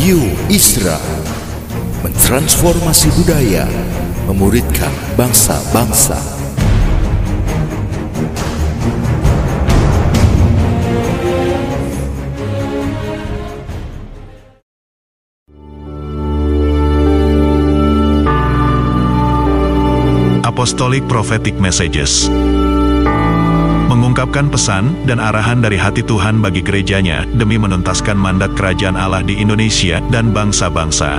Radio Isra mentransformasi budaya, memuridkan bangsa-bangsa. Apostolic Prophetic Messages mengungkapkan pesan dan arahan dari hati Tuhan bagi gerejanya demi menuntaskan mandat kerajaan Allah di Indonesia dan bangsa-bangsa.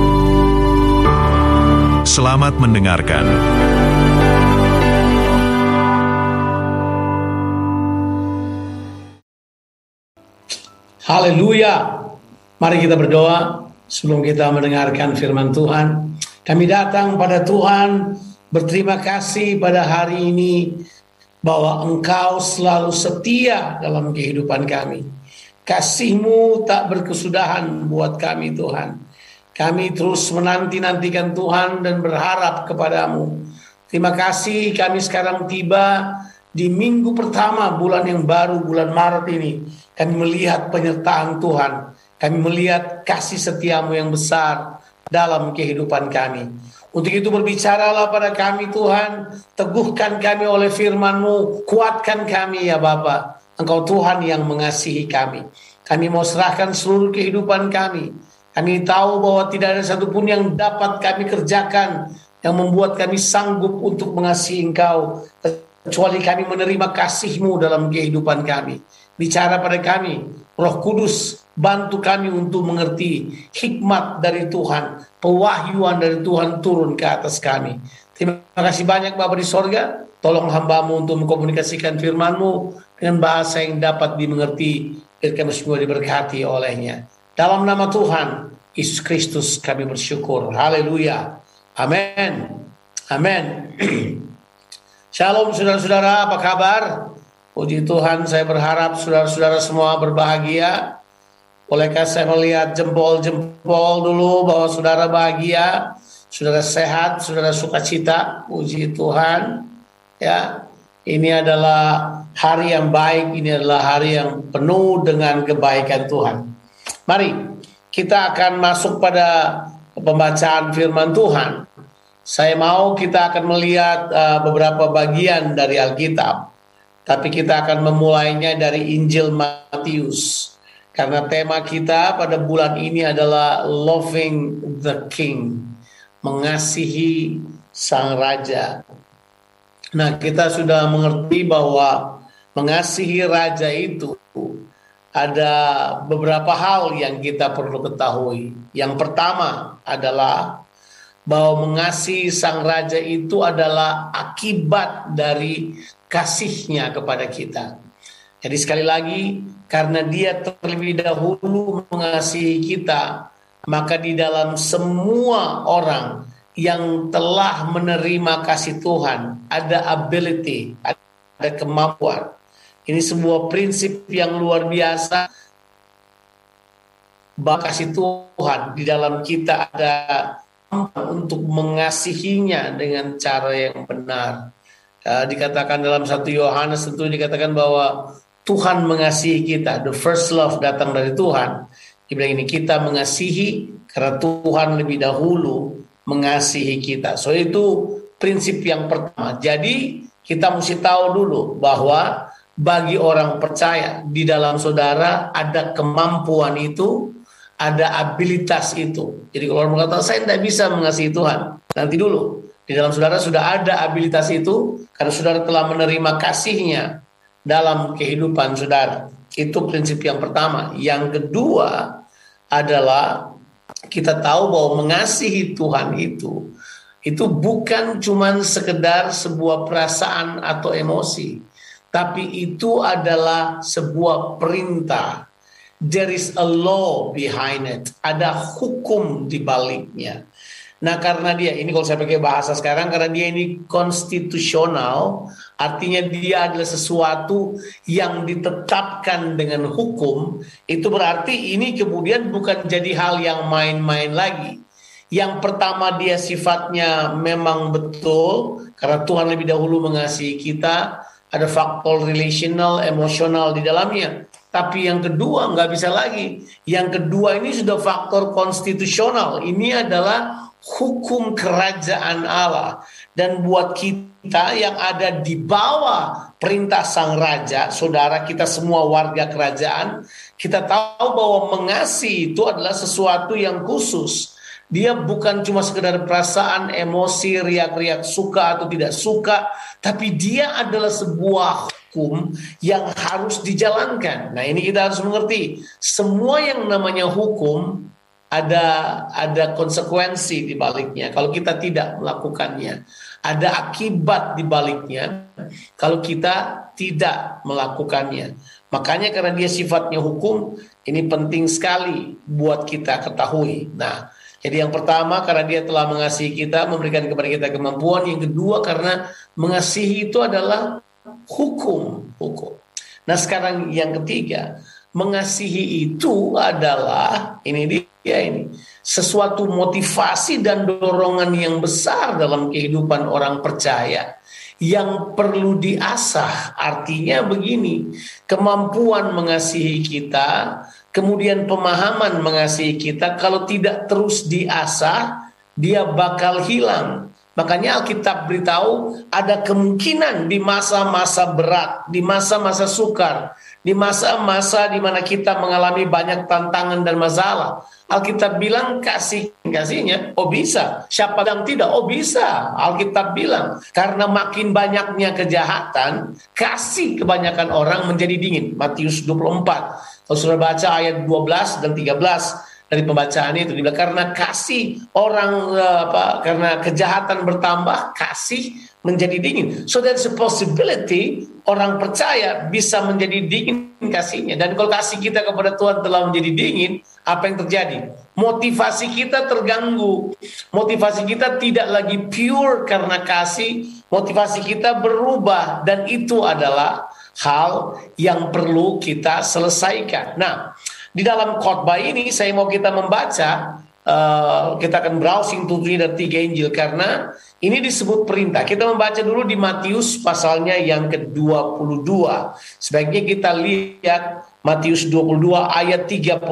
Selamat mendengarkan. Haleluya. Mari kita berdoa sebelum kita mendengarkan firman Tuhan. Kami datang pada Tuhan, berterima kasih pada hari ini bahwa Engkau selalu setia dalam kehidupan kami. Kasih-Mu tak berkesudahan buat kami, Tuhan. Kami terus menanti-nantikan Tuhan dan berharap kepadamu. Terima kasih, kami sekarang tiba di minggu pertama bulan yang baru, bulan Maret ini. Kami melihat penyertaan Tuhan. Kami melihat kasih setiamu yang besar dalam kehidupan kami. Untuk itu berbicaralah pada kami Tuhan, teguhkan kami oleh firman-Mu, kuatkan kami ya Bapa. Engkau Tuhan yang mengasihi kami. Kami mau serahkan seluruh kehidupan kami. Kami tahu bahwa tidak ada satupun yang dapat kami kerjakan yang membuat kami sanggup untuk mengasihi Engkau, kecuali kami menerima kasih-Mu dalam kehidupan kami. Bicara pada kami, Roh Kudus, bantu kami untuk mengerti hikmat dari Tuhan, pewahyuan dari Tuhan turun ke atas kami. Terima kasih banyak Bapa di sorga. Tolong hamba-Mu untuk mengkomunikasikan firman-Mu dengan bahasa yang dapat dimengerti, biar kami semua diberkati olehnya. Dalam nama Tuhan Yesus Kristus kami bersyukur. Haleluya. Amin. Amin. Shalom saudara-saudara, apa kabar? Puji Tuhan, saya berharap saudara-saudara semua berbahagia. Bolehkah saya melihat jempol-jempol dulu bahwa saudara bahagia, saudara sehat, saudara sukacita. Puji Tuhan. Ya, ini adalah hari yang baik, ini adalah hari yang penuh dengan kebaikan Tuhan. Mari kita akan masuk pada pembacaan firman Tuhan. Saya mau kita akan melihat beberapa bagian dari Alkitab. Tapi kita akan memulainya dari Injil Matius. Karena tema kita pada bulan ini adalah Loving the King. Mengasihi Sang Raja. Nah, kita sudah mengerti bahwa mengasihi Raja itu ada beberapa hal yang kita perlu ketahui. Yang pertama adalah bahwa mengasihi Sang Raja itu adalah akibat dari kasihnya kepada kita. Jadi sekali lagi, karena Dia terlebih dahulu mengasihi kita, maka di dalam semua orang yang telah menerima kasih Tuhan ada ability, ada kemampuan. Ini sebuah prinsip yang luar biasa. Bahwa kasih Tuhan di dalam kita ada untuk mengasihinya dengan cara yang benar. Dikatakan dalam 1 Yohanes tentu dikatakan bahwa Tuhan mengasihi kita. The first love datang dari Tuhan. Dibilang ini kita mengasihi karena Tuhan lebih dahulu mengasihi kita. So itu prinsip yang pertama. Jadi kita mesti tahu dulu bahwa bagi orang percaya di dalam saudara ada kemampuan itu, ada abilitas itu. Jadi kalau orang berkata saya tidak bisa mengasihi Tuhan, nanti dulu. Di dalam saudara sudah ada abilitas itu karena saudara telah menerima kasih-Nya dalam kehidupan saudara. Itu prinsip yang pertama. Yang kedua adalah kita tahu bahwa mengasihi Tuhan itu bukan cuma sekedar sebuah perasaan atau emosi, tapi itu adalah sebuah perintah. There is a law behind it. Ada hukum di baliknya. Nah karena dia, ini kalau saya pakai bahasa sekarang, karena dia ini konstitusional, artinya dia adalah sesuatu yang ditetapkan dengan hukum, itu berarti ini kemudian bukan jadi hal yang main-main lagi. Yang pertama dia sifatnya memang betul, karena Tuhan lebih dahulu mengasihi kita, ada faktor relational, emosional di dalamnya. tapi yang kedua nggak bisa lagi. Yang kedua ini sudah faktor konstitusional. Ini adalah hukum kerajaan Allah. Dan buat kita yang ada di bawah perintah sang raja, saudara kita semua warga kerajaan, kita tahu bahwa mengasihi itu adalah sesuatu yang khusus. Dia bukan cuma sekedar perasaan, emosi, riak-riak suka atau tidak suka, tapi dia adalah sebuah hukum yang harus dijalankan. Nah, ini kita harus mengerti. Semua yang namanya hukum ada konsekuensi di baliknya kalau kita tidak melakukannya. Ada akibat di baliknya kalau kita tidak melakukannya. Makanya karena dia sifatnya hukum, ini penting sekali buat kita ketahui. Nah, jadi yang pertama karena dia telah mengasihi kita, memberikan kepada kita kemampuan. Yang kedua karena mengasihi itu adalah hukum. Nah, sekarang yang ketiga, mengasihi itu adalah ini sesuatu motivasi dan dorongan yang besar dalam kehidupan orang percaya yang perlu diasah. Artinya begini, kemampuan mengasihi kita, kemudian pemahaman mengasihi kita, kalau tidak terus diasah, dia bakal hilang. Makanya Alkitab beritahu ada kemungkinan di masa-masa berat, di masa-masa sukar, di masa-masa di mana kita mengalami banyak tantangan dan masalah. Alkitab bilang kasihnya, oh bisa. Siapa yang tidak? Oh bisa. Alkitab bilang, karena makin banyaknya kejahatan, kasih kebanyakan orang menjadi dingin. Matius 24. Kalau sudah baca ayat 12 dan 13 dari pembacaan itu, dibilang karena kasih orang karena kejahatan bertambah, kasih menjadi dingin. So there's a possibility orang percaya bisa menjadi dingin kasihnya. Dan kalau kasih kita kepada Tuhan telah menjadi dingin, apa yang terjadi? Motivasi kita terganggu. Motivasi kita tidak lagi pure karena kasih. Motivasi kita berubah. Dan itu adalah hal yang perlu kita selesaikan. Nah, di dalam khotbah ini saya mau kita membaca, kita akan browsing tentunya dari 3 Injil karena ini disebut perintah. Kita membaca dulu di Matius pasalnya yang ke-22. Sebaiknya kita lihat Matius 22 ayat 34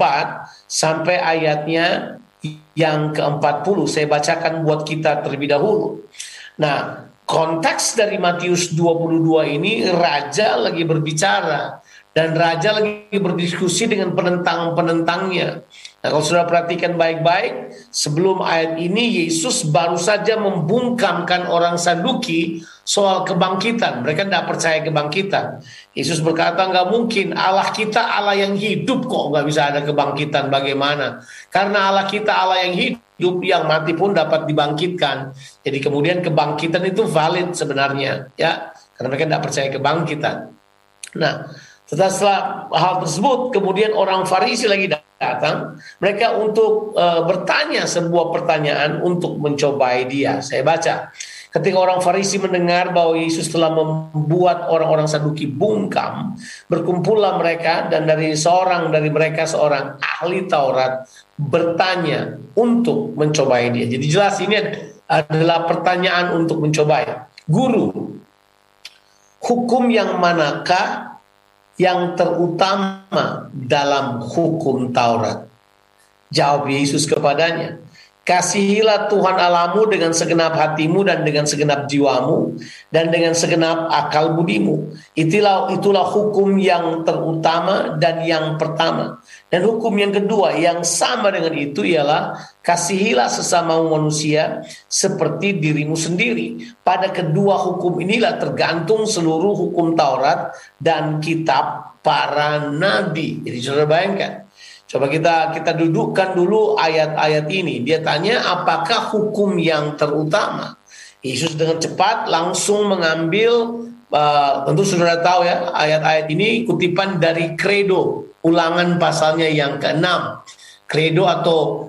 sampai ayatnya yang ke-40. Saya bacakan buat kita terlebih dahulu. Nah, konteks dari Matius 22 ini, raja lagi berbicara dan raja lagi berdiskusi dengan penentang-penentangnya. Nah, kalau sudah perhatikan baik-baik, sebelum ayat ini Yesus baru saja membungkamkan orang Saduki soal kebangkitan. Mereka tidak percaya kebangkitan. Yesus berkata, nggak mungkin, Allah kita Allah yang hidup kok nggak bisa ada kebangkitan. Bagaimana? Karena Allah kita Allah yang hidup, yang mati pun dapat dibangkitkan. Jadi kemudian kebangkitan itu valid sebenarnya, ya, karena mereka tidak percaya kebangkitan. Nah, setelah hal tersebut, kemudian orang Farisi lagi datang, mereka untuk bertanya sebuah pertanyaan untuk mencobai dia. Saya baca. Ketika orang Farisi mendengar bahwa Yesus telah membuat orang-orang Saduki bungkam, berkumpullah mereka dan dari mereka seorang ahli Taurat bertanya untuk mencobai dia. Jadi jelas ini adalah pertanyaan untuk mencobai. Guru, hukum yang manakah yang terutama dalam hukum Taurat? Jawab Yesus kepadanya, kasihilah Tuhan Allahmu dengan segenap hatimu dan dengan segenap jiwamu dan dengan segenap akal budimu. Itulah hukum yang terutama dan yang pertama. Dan hukum yang kedua yang sama dengan itu ialah kasihilah sesama manusia seperti dirimu sendiri. Pada kedua hukum inilah tergantung seluruh hukum Taurat dan kitab para nabi. Jadi saudara bayangkan. Coba kita dudukkan dulu ayat-ayat ini. Dia tanya apakah hukum yang terutama. Yesus dengan cepat langsung mengambil, tentu saudara tahu ya, ayat-ayat ini kutipan dari Credo, Ulangan pasalnya yang ke-6. Credo atau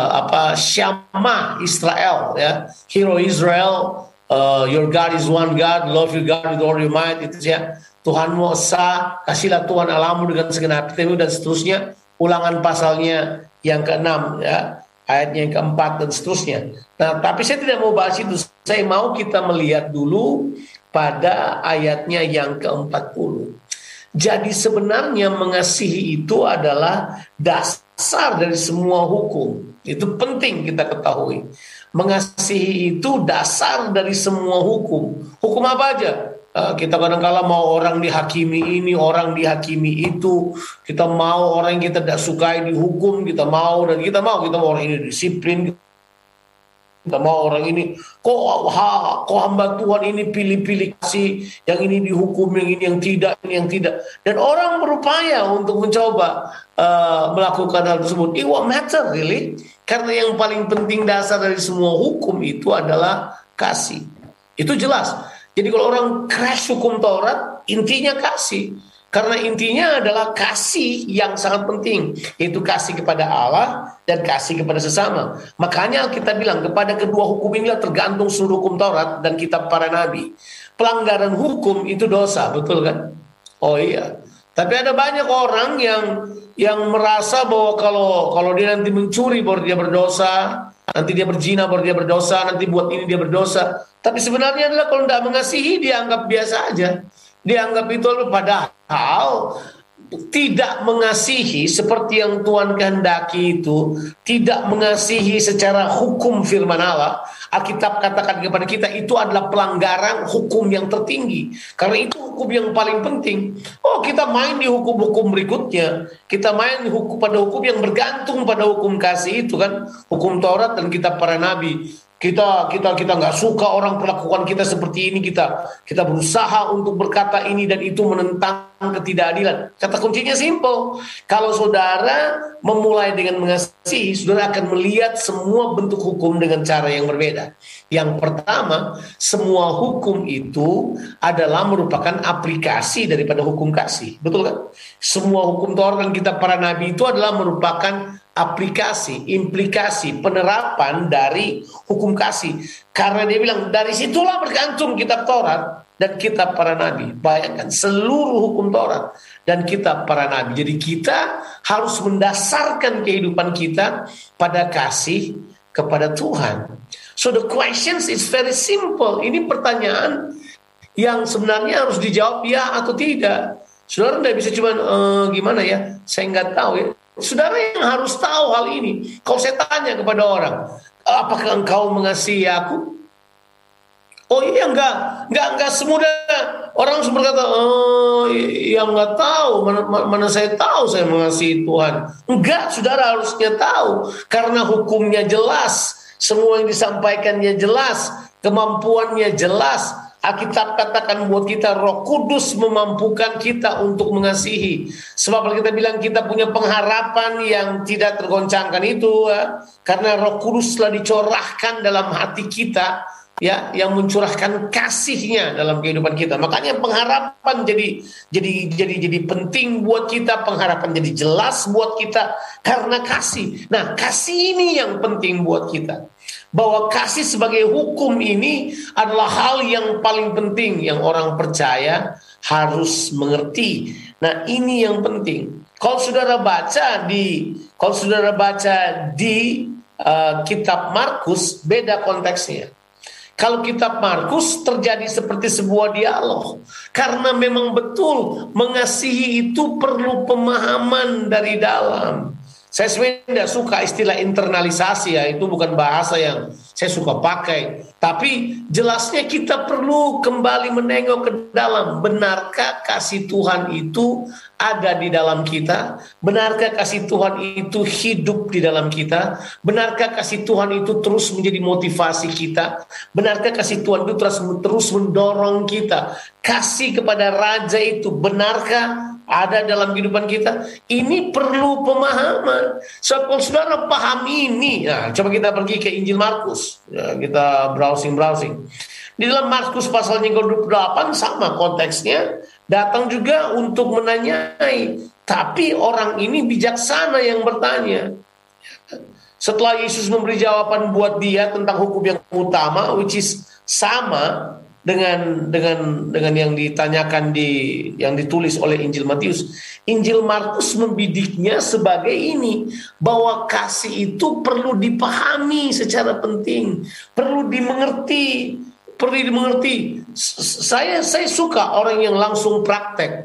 Syama Israel, ya, Hero Israel, your God is one God, love your God with all your might, itu ya. Tuhanmu esa, kasihlah Tuhan Allahmu dengan segenap hatimu dan seterusnya. Ulangan pasalnya yang ke-6, ya, ayatnya yang ke-4 dan seterusnya. Nah, tapi saya tidak mau bahas itu. Saya mau kita melihat dulu pada ayatnya yang ke-40. Jadi sebenarnya mengasihi itu adalah dasar dari semua hukum. Itu penting kita ketahui. Mengasihi itu dasar dari semua hukum. Hukum apa aja? Kita kadang-kala mau orang dihakimi ini, orang dihakimi itu. Kita mau orang yang kita tidak sukai dihukum, kita mau orang ini disiplin. Kita mau orang ini, kok hamba Tuhan ini pilih-pilih kasih, yang ini dihukum, yang ini yang tidak, ini yang tidak. Dan orang berupaya untuk mencoba melakukan hal tersebut. It won't matter really, karena yang paling penting dasar dari semua hukum itu adalah kasih. Itu jelas. Jadi kalau orang crash hukum Taurat, intinya kasih. Karena intinya adalah kasih yang sangat penting, yaitu kasih kepada Allah dan kasih kepada sesama. Makanya kita bilang kepada kedua hukum inilah tergantung seluruh hukum Taurat dan kitab para nabi. Pelanggaran hukum itu dosa, betul kan? Oh iya. Tapi ada banyak orang yang merasa bahwa kalau dia nanti mencuri baru dia berdosa, nanti dia berzina baru dia berdosa, nanti buat ini dia berdosa. Tapi sebenarnya adalah kalau tidak mengasihi dia anggap biasa aja. Dianggap itu, padahal tidak mengasihi seperti yang Tuhan kehendaki itu, tidak mengasihi secara hukum firman Allah. Alkitab katakan kepada kita itu adalah pelanggaran hukum yang tertinggi, karena itu hukum yang paling penting. Oh, kita main di hukum-hukum berikutnya, kita main pada hukum yang bergantung pada hukum kasih itu kan, hukum Taurat dan kitab para nabi. Kita nggak suka orang perlakukan kita seperti ini, kita berusaha untuk berkata ini dan itu menentang ketidakadilan. Kata kuncinya simple. Kalau saudara memulai dengan mengasihi, saudara akan melihat semua bentuk hukum dengan cara yang berbeda. Yang pertama, semua hukum itu adalah merupakan aplikasi daripada hukum kasih. Betul kan? Semua hukum Taurat dan kitab para nabi itu adalah merupakan aplikasi, implikasi, penerapan dari hukum kasih. Karena dia bilang dari situlah bergantung kitab Taurat dan kitab para nabi. Bayangkan seluruh hukum Taurat dan kitab para nabi. Jadi kita harus mendasarkan kehidupan kita pada kasih kepada Tuhan. So the questions is very simple. Ini pertanyaan yang sebenarnya harus dijawab ya atau tidak. Saudara tidak bisa cuma gimana ya, saya nggak tahu ya. Saudara yang harus tahu hal ini. Kalau saya tanya kepada orang, apakah engkau mengasihi aku? Oh iya, enggak semudah orang berkata, oh ya nggak tahu, mana saya tahu saya mengasihi Tuhan. Enggak, saudara harusnya tahu, karena hukumnya jelas, semua yang disampaikannya jelas, kemampuannya jelas. Alkitab katakan buat kita, Roh Kudus memampukan kita untuk mengasihi. Sebab kita bilang kita punya pengharapan yang tidak tergoncangkan itu, karena Roh Kudus telah dicorahkan dalam hati kita, ya, yang mencurahkan kasihnya dalam kehidupan kita. Makanya pengharapan jadi penting buat kita, pengharapan jadi jelas buat kita karena kasih. Nah, kasih ini yang penting buat kita. Bahwa kasih sebagai hukum ini adalah hal yang paling penting yang orang percaya harus mengerti. Nah, ini yang penting. Kalau saudara baca di kitab Markus, beda konteksnya. Kalau kitab Markus terjadi seperti sebuah dialog, karena memang betul mengasihi itu perlu pemahaman dari dalam. Saya sebenarnya tidak suka istilah internalisasi, ya, itu bukan bahasa yang saya suka pakai. Tapi jelasnya kita perlu kembali menengok ke dalam. Benarkah kasih Tuhan itu ada di dalam kita? Benarkah kasih Tuhan itu hidup di dalam kita? Benarkah kasih Tuhan itu terus menjadi motivasi kita? Benarkah kasih Tuhan itu terus mendorong kita? Kasih kepada Raja itu benarkah ada dalam kehidupan kita? Ini perlu pemahaman. So, kalau saudara pahami ini, nah, coba kita pergi ke Injil Markus, ya, kita browsing. Di dalam Markus pasal yang ke-28 sama konteksnya, datang juga untuk menanyai. Tapi orang ini bijaksana yang bertanya. Setelah Yesus memberi jawaban buat dia tentang hukum yang utama, which is sama dengan yang ditanyakan yang ditulis oleh Injil Matius. Injil Markus membidiknya sebagai ini, bahwa kasih itu perlu dipahami secara penting, perlu dimengerti. Saya suka orang yang langsung praktek.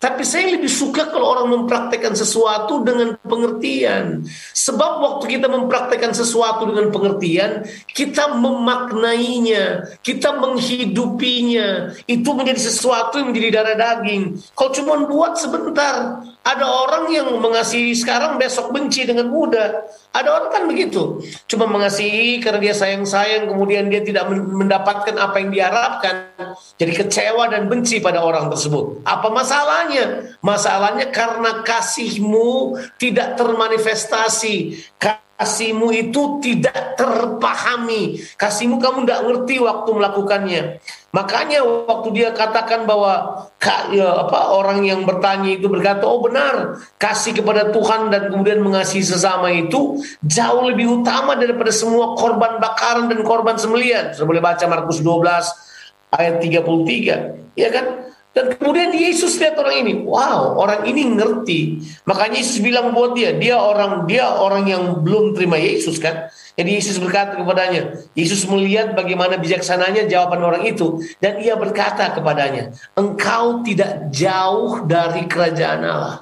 Tapi saya lebih suka kalau orang mempraktekkan sesuatu dengan pengertian. Sebab waktu kita mempraktekkan sesuatu dengan pengertian, kita memaknainya, kita menghidupinya. Itu menjadi sesuatu yang menjadi darah daging. Kalau cuma buat sebentar, ada orang yang mengasihi sekarang, besok benci dengan mudah. Ada orang kan begitu, cuma mengasihi karena dia sayang-sayang, kemudian dia tidak mendapatkan apa yang diharapkan, jadi kecewa dan benci pada orang tersebut. Apa masalahnya? Masalahnya karena kasihmu tidak termanifestasi, kasihmu itu tidak terpahami, kasihmu kamu tidak ngerti waktu melakukannya. Makanya waktu dia katakan bahwa orang yang bertanya itu berkata, oh benar, kasih kepada Tuhan dan kemudian mengasihi sesama itu jauh lebih utama daripada semua korban bakaran dan korban sembelihan. Sudah boleh baca Markus 12 ayat 33, ya kan? Dan kemudian Yesus lihat orang ini, wow, orang ini ngerti. Makanya Yesus bilang buat dia orang yang belum terima Yesus kan. Jadi Yesus berkata kepadanya, Yesus melihat bagaimana bijaksananya jawaban orang itu, dan ia berkata kepadanya, engkau tidak jauh dari kerajaan Allah.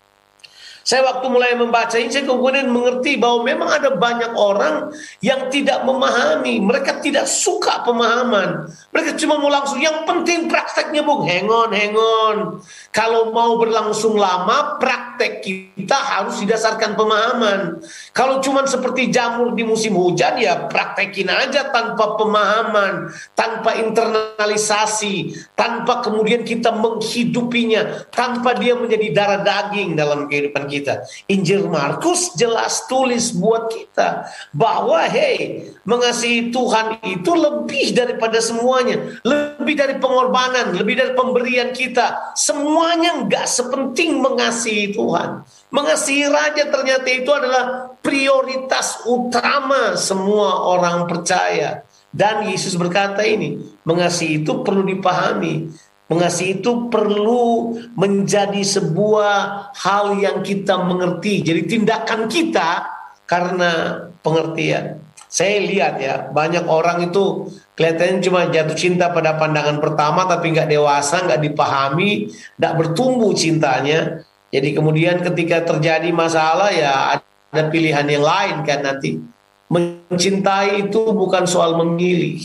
Saya waktu mulai membaca ini, saya kemudian mengerti bahwa memang ada banyak orang yang tidak memahami. Mereka tidak suka pemahaman. Mereka cuma mau langsung, yang penting prakteknya Bung. Hang on. Kalau mau berlangsung lama, praktek kita harus didasarkan pemahaman. Kalau cuma seperti jamur di musim hujan, ya praktekin aja tanpa pemahaman, tanpa internalisasi, tanpa kemudian kita menghidupinya, tanpa dia menjadi darah daging dalam kehidupan kita. Injil Markus jelas tulis buat kita bahwa mengasihi Tuhan itu lebih daripada semuanya, lebih dari pengorbanan, lebih dari pemberian kita. Semuanya nggak sepenting mengasihi Tuhan. Mengasihi Raja ternyata itu adalah prioritas utama semua orang percaya. Dan Yesus berkata ini, mengasihi itu perlu dipahami. Mengasihi itu perlu menjadi sebuah hal yang kita mengerti. Jadi tindakan kita karena pengertian. Saya lihat ya, banyak orang itu kelihatannya cuma jatuh cinta pada pandangan pertama, tapi nggak dewasa, nggak dipahami, nggak bertumbuh cintanya. Jadi kemudian ketika terjadi masalah, ya ada pilihan yang lain kan nanti. Mencintai itu bukan soal memilih.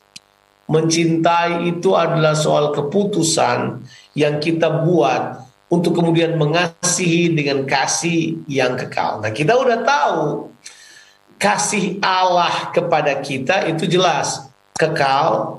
Mencintai itu adalah soal keputusan yang kita buat untuk kemudian mengasihi dengan kasih yang kekal. Nah, kita udah tahu kasih Allah kepada kita itu jelas kekal,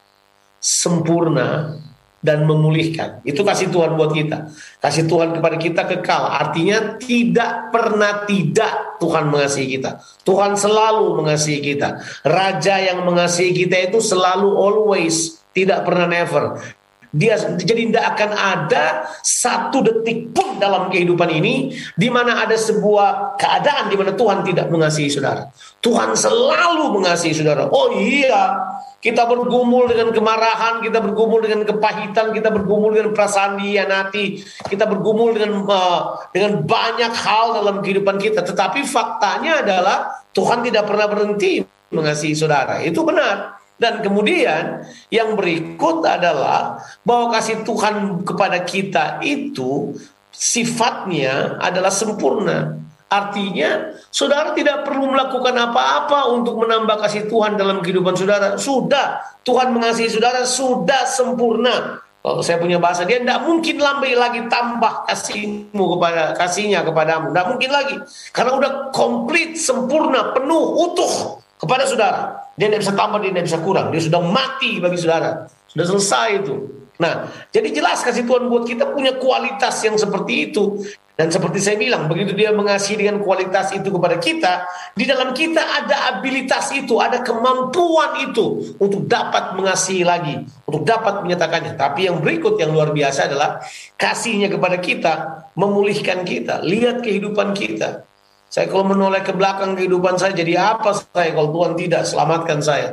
sempurna, dan memulihkan. Itu kasih Tuhan buat kita. Kasih Tuhan kepada kita kekal, artinya tidak pernah tidak Tuhan mengasihi kita. Tuhan selalu mengasihi kita. Raja yang mengasihi kita itu selalu always, tidak pernah never. Dia jadi tidak akan ada satu detik pun dalam kehidupan ini di mana ada sebuah keadaan di mana Tuhan tidak mengasihi saudara. Tuhan selalu mengasihi saudara. Oh iya, kita bergumul dengan kemarahan, kita bergumul dengan kepahitan, kita bergumul dengan perasaan dihianati, kita bergumul dengan banyak hal dalam kehidupan kita. Tetapi faktanya adalah Tuhan tidak pernah berhenti mengasihi saudara. Itu benar. Dan kemudian yang berikut adalah bahwa kasih Tuhan kepada kita itu sifatnya adalah sempurna. Artinya saudara tidak perlu melakukan apa-apa untuk menambah kasih Tuhan dalam kehidupan saudara. Sudah, Tuhan mengasihi saudara sudah sempurna. Kalau saya punya bahasa, dia tidak mungkin lagi tambah kasihnya kepadamu. Tidak mungkin lagi. Karena udah komplit, sempurna, penuh, utuh kepada saudara. Dia tidak bisa tambah, dia tidak bisa kurang. Dia sudah mati bagi saudara. Sudah selesai itu. Nah, jadi jelas kasih Tuhan buat kita punya kualitas yang seperti itu. Dan seperti saya bilang, begitu dia mengasihi dengan kualitas itu kepada kita, di dalam kita ada abilitas itu, ada kemampuan itu untuk dapat mengasihi lagi, untuk dapat menyatakannya. Tapi yang berikut yang luar biasa adalah kasihnya kepada kita, memulihkan kita. Lihat kehidupan kita. Saya kalau menoleh ke belakang kehidupan saya, jadi apa saya kalau Tuhan tidak selamatkan saya?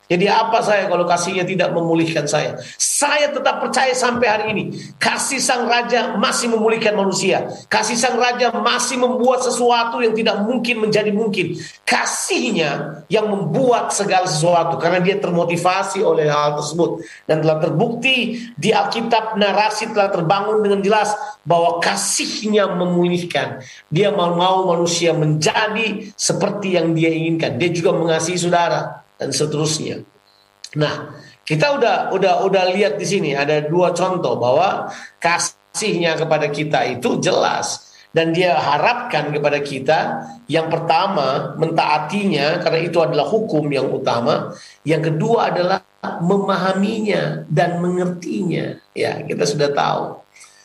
Jadi apa saya kalau kasihnya tidak memulihkan saya? Saya tetap percaya sampai hari ini. Kasih Sang Raja masih memulihkan manusia. Kasih Sang Raja masih membuat sesuatu yang tidak mungkin menjadi mungkin. Kasihnya yang membuat segala sesuatu. Karena dia termotivasi oleh hal tersebut. Dan telah terbukti di Alkitab, narasi telah terbangun dengan jelas bahwa kasihnya memulihkan. Dia mau manusia menjadi seperti yang dia inginkan. Dia juga mengasihi saudara dan seterusnya. Nah, kita udah lihat di sini ada dua contoh bahwa kasihnya kepada kita itu jelas, dan dia harapkan kepada kita yang pertama mentaatinya karena itu adalah hukum yang utama, yang kedua adalah memahaminya dan mengertinya. Ya, kita sudah tahu.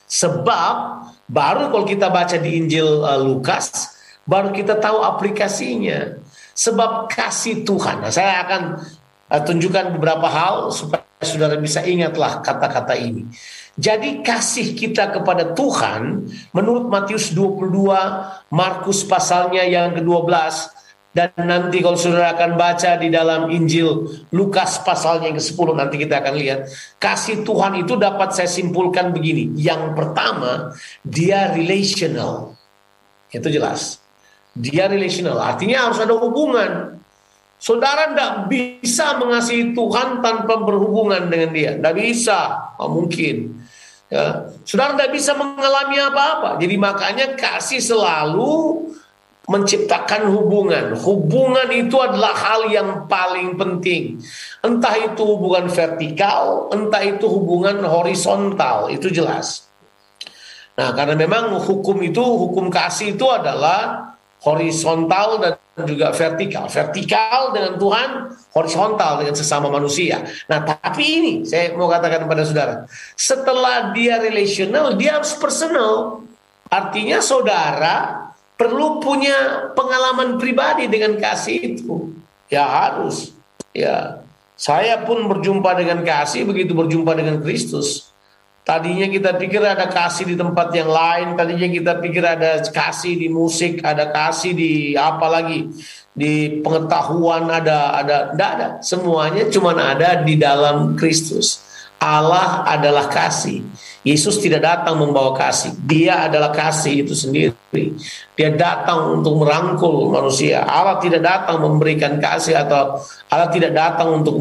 Sebab baru kalau kita baca di Injil Lukas, baru kita tahu aplikasinya. Sebab kasih Tuhan. Nah, saya akan tunjukkan beberapa hal supaya saudara bisa ingatlah kata-kata ini. Jadi kasih kita kepada Tuhan menurut Matius 22, Markus pasalnya yang ke-12, dan nanti kalau saudara akan baca di dalam Injil Lukas pasalnya yang ke-10, nanti kita akan lihat. Kasih Tuhan itu dapat saya simpulkan begini. Yang pertama, dia relational. Itu jelas. Dia relational, artinya harus ada hubungan. Saudara tidak bisa mengasihi Tuhan tanpa berhubungan dengan dia. Tidak bisa, tidak mungkin. Ya. Saudara tidak bisa mengalami apa-apa. Jadi makanya kasih selalu menciptakan hubungan. Hubungan itu adalah hal yang paling penting. Entah itu hubungan vertikal, entah itu hubungan horizontal. Itu jelas. Nah, karena memang hukum kasih itu adalah horizontal dan juga vertikal. Vertikal dengan Tuhan, horizontal dengan sesama manusia. Nah, tapi ini saya mau katakan kepada saudara, setelah dia relational, dia harus personal. Artinya saudara perlu punya pengalaman pribadi dengan kasih itu. Ya harus. Ya, saya pun berjumpa dengan kasih begitu berjumpa dengan Kristus. Tadinya kita pikir ada kasih di tempat yang lain, tadinya kita pikir ada kasih di musik, ada kasih di apa lagi, di pengetahuan tidak ada. Semuanya cuma ada di dalam Kristus. Allah adalah kasih. Yesus tidak datang membawa kasih. Dia adalah kasih itu sendiri. Dia datang untuk merangkul manusia. Allah tidak datang memberikan kasih atau Allah tidak datang untuk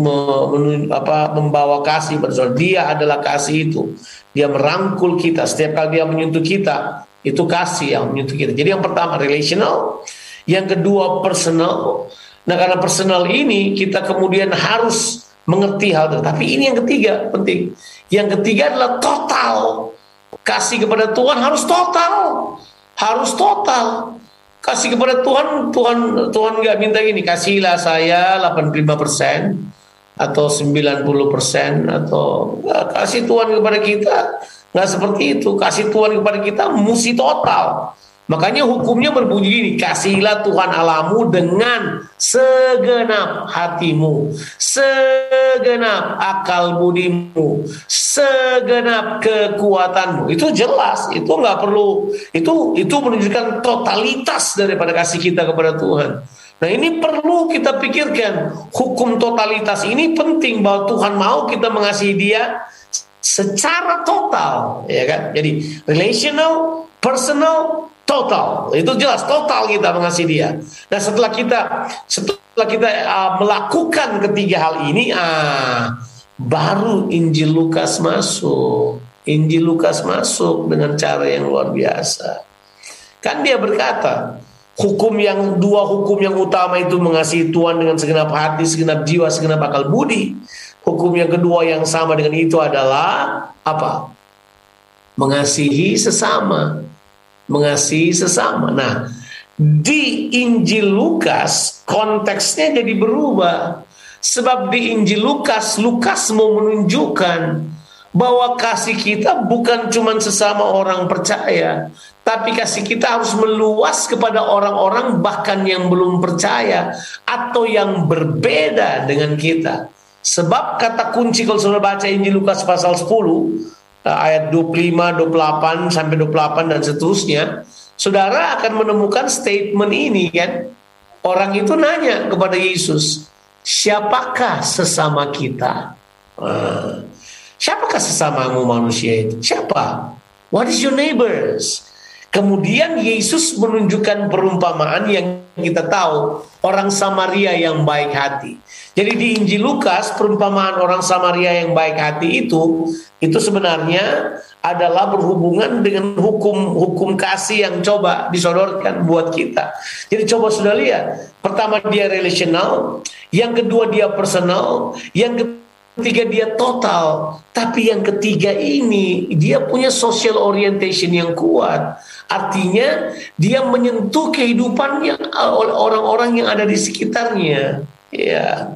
membawa kasih. Dia adalah kasih itu. Dia merangkul kita. Setiap kali dia menyentuh kita, itu kasih yang menyentuh kita. Jadi yang pertama relational. Yang kedua personal. Nah, karena personal ini kita kemudian harus mengerti hal itu. Tapi ini yang ketiga penting. Yang ketiga adalah total. Kasih kepada Tuhan harus total. Harus total. Kasih kepada Tuhan nggak minta gini, kasihlah saya 85% atau 90% atau kasih Tuhan kepada kita nggak seperti itu. Kasih Tuhan kepada kita mesti total. Makanya hukumnya berbunyi gini, kasihilah Tuhan Allahmu dengan segenap hatimu, segenap akal budimu, segenap kekuatanmu. Itu jelas, itu nggak perlu, itu menunjukkan totalitas daripada kasih kita kepada Tuhan. Nah, ini perlu kita pikirkan. Hukum totalitas ini penting, bahwa Tuhan mau kita mengasihi Dia secara total, ya kan? Jadi relational, personal, total. Itu jelas, total kita mengasihi Dia. Nah, setelah kita melakukan ketiga hal ini, baru Injil Lukas masuk. Injil Lukas masuk dengan cara yang luar biasa. Kan dia berkata, dua hukum yang utama itu mengasihi Tuhan dengan segenap hati, segenap jiwa, segenap akal budi. Hukum yang kedua yang sama dengan itu adalah apa? Mengasihi sesama. Mengasihi sesama. Nah, di Injil Lukas konteksnya jadi berubah. Sebab di Injil Lukas mau menunjukkan bahwa kasih kita bukan cuma sesama orang percaya, tapi kasih kita harus meluas kepada orang-orang bahkan yang belum percaya atau yang berbeda dengan kita. Sebab kata kunci kalau saudara baca Injil Lukas pasal 10 ayat 25, 28 sampai 28 dan seterusnya, saudara akan menemukan statement ini kan. Orang itu nanya kepada Yesus, siapakah sesama kita? Siapakah sesamamu manusia itu? Siapa? What is your neighbors? Kemudian Yesus menunjukkan perumpamaan yang kita tahu, orang Samaria yang baik hati. Jadi di Injil Lukas, perumpamaan orang Samaria yang baik hati itu sebenarnya adalah berhubungan dengan hukum kasih yang coba disodorkan buat kita. Jadi coba sudah lihat, pertama dia relational, yang kedua dia personal, yang ketiga dia total, tapi yang ketiga ini dia punya social orientation yang kuat. Artinya dia menyentuh kehidupannya oleh orang-orang yang ada di sekitarnya. Ya,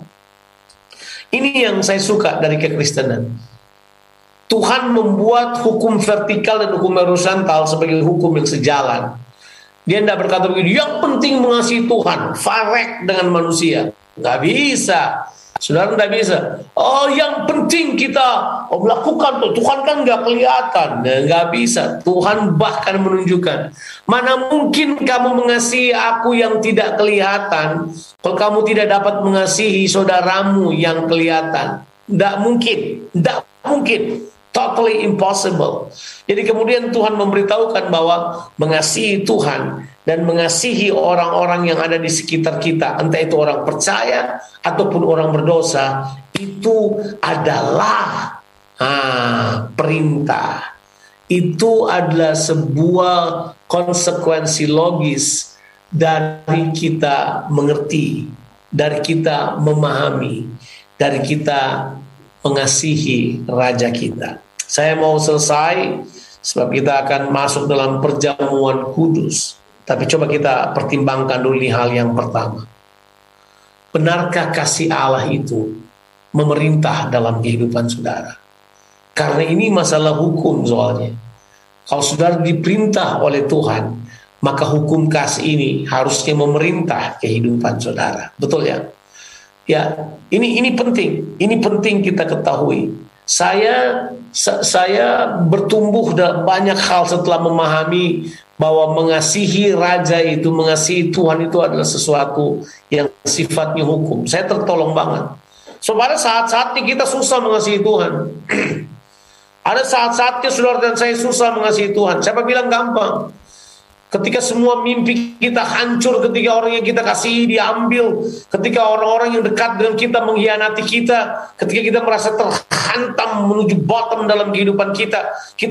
ini yang saya suka dari kekristenan. Tuhan membuat hukum vertikal dan hukum horizontal sebagai hukum yang sejalan. Dia tidak berkata begitu, yang penting mengasihi Tuhan, farek dengan manusia. Nggak bisa. Saudara, tidak bisa. Oh, yang penting kita melakukan tuh. Tuhan kan nggak kelihatan. Nggak bisa. Tuhan bahkan menunjukkan, mana mungkin kamu mengasihi aku yang tidak kelihatan kalau kamu tidak dapat mengasihi saudaramu yang kelihatan. Tidak mungkin. Tidak mungkin. Totally impossible. Jadi kemudian Tuhan memberitahukan bahwa mengasihi Tuhan dan mengasihi orang-orang yang ada di sekitar kita, entah itu orang percaya ataupun orang berdosa, itu adalah perintah. Itu adalah sebuah konsekuensi logis dari kita mengerti, dari kita memahami, dari kita mengasihi Raja kita. Saya mau selesai sebab kita akan masuk dalam perjamuan kudus. Tapi coba kita pertimbangkan dulu nih hal yang pertama. Benarkah kasih Allah itu memerintah dalam kehidupan saudara? Karena ini masalah hukum soalnya. Kalau saudara diperintah oleh Tuhan, maka hukum kasih ini harusnya memerintah kehidupan saudara. Betul ya? Ya, ini penting. Ini penting kita ketahui. Saya bertumbuh dalam banyak hal setelah memahami bahwa mengasihi Raja itu, mengasihi Tuhan itu adalah sesuatu yang sifatnya hukum. Saya tertolong banget. So, pada saat-saatnya kita susah mengasihi Tuhan. Ada saat-saatnya saudara dan saya susah mengasihi Tuhan. Siapa bilang gampang? Ketika semua mimpi kita hancur, ketika orang yang kita kasihi diambil, ketika orang-orang yang dekat dengan kita mengkhianati kita, ketika kita merasa terhantam menuju bottom dalam kehidupan kita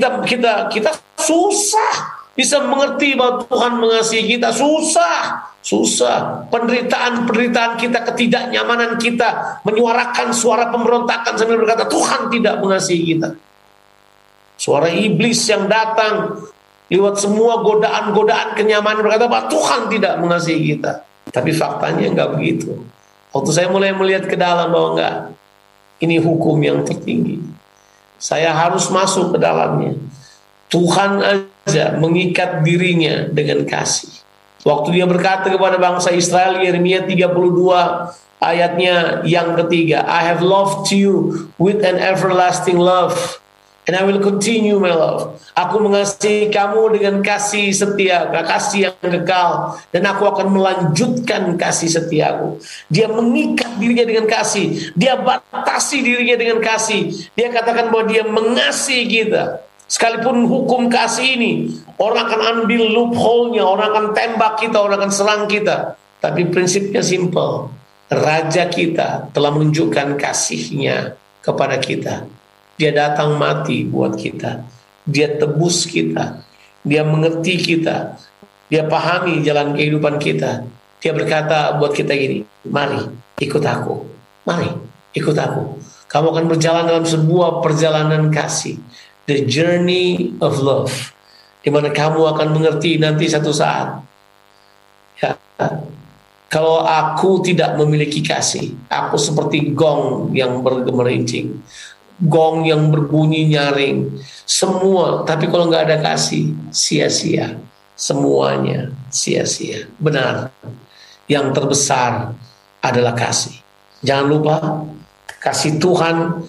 susah bisa mengerti bahwa Tuhan mengasihi kita. Susah. Penderitaan kita, ketidaknyamanan kita, menyuarakan suara pemberontakan sambil berkata Tuhan tidak mengasihi kita. Suara iblis yang datang lewat semua godaan-godaan kenyamanan berkata bahwa Tuhan tidak mengasihi kita. Tapi faktanya enggak begitu. Waktu saya mulai melihat ke dalam bahwa enggak, ini hukum yang tertinggi, saya harus masuk ke dalamnya. Tuhan aja mengikat dirinya dengan kasih. Waktu dia berkata kepada bangsa Israel, Yeremia 32 ayatnya yang ketiga, I have loved you with an everlasting love, and I will continue my love. Aku mengasihi kamu dengan kasih setia, kasih yang kekal, dan aku akan melanjutkan kasih setiaku. Dia mengikat dirinya dengan kasih, dia batasi dirinya dengan kasih. Dia katakan bahwa dia mengasihi kita. Sekalipun hukum kasih ini, orang akan ambil loophole-nya, orang akan tembak kita, orang akan serang kita. Tapi prinsipnya simple. Raja kita telah menunjukkan kasihnya kepada kita. Dia datang mati buat kita. Dia tebus kita. Dia mengerti kita. Dia pahami jalan kehidupan kita. Dia berkata buat kita gini, mari ikut aku. Mari ikut aku. Kamu akan berjalan dalam sebuah perjalanan kasih. The journey of love. Di mana kamu akan mengerti nanti satu saat. Ya, kalau aku tidak memiliki kasih, aku seperti gong yang bergemerincing. Gong yang berbunyi nyaring, semua. Tapi kalau nggak ada kasih, sia-sia. Semuanya sia-sia. Benar, yang terbesar adalah kasih. Jangan lupa, kasih Tuhan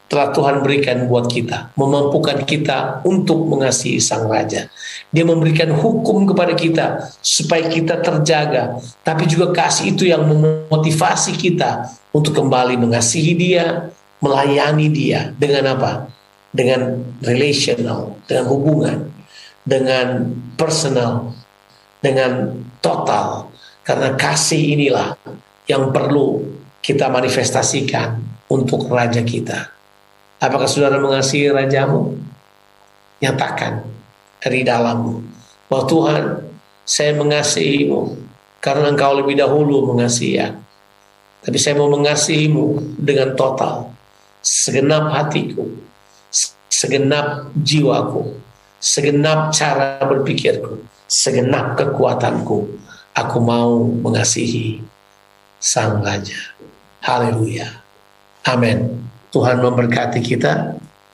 telah Tuhan berikan buat kita, memampukan kita untuk mengasihi Sang Raja. Dia memberikan hukum kepada kita supaya kita terjaga, tapi juga kasih itu yang memotivasi kita untuk kembali mengasihi Dia, melayani Dia dengan apa? Dengan relational, dengan hubungan, dengan personal, dengan total. Karena kasih inilah yang perlu kita manifestasikan untuk Raja kita. Apakah saudara mengasihi Rajamu? Nyatakan dari dalammu bahwa Tuhan, saya mengasihimu karena Engkau lebih dahulu mengasihi aku. Tapi saya mau mengasihimu dengan total, segenap hatiku, segenap jiwaku, segenap cara berpikirku, segenap kekuatanku. Aku mau mengasihi Sang Raja. Haleluya. Amin. Tuhan memberkati kita.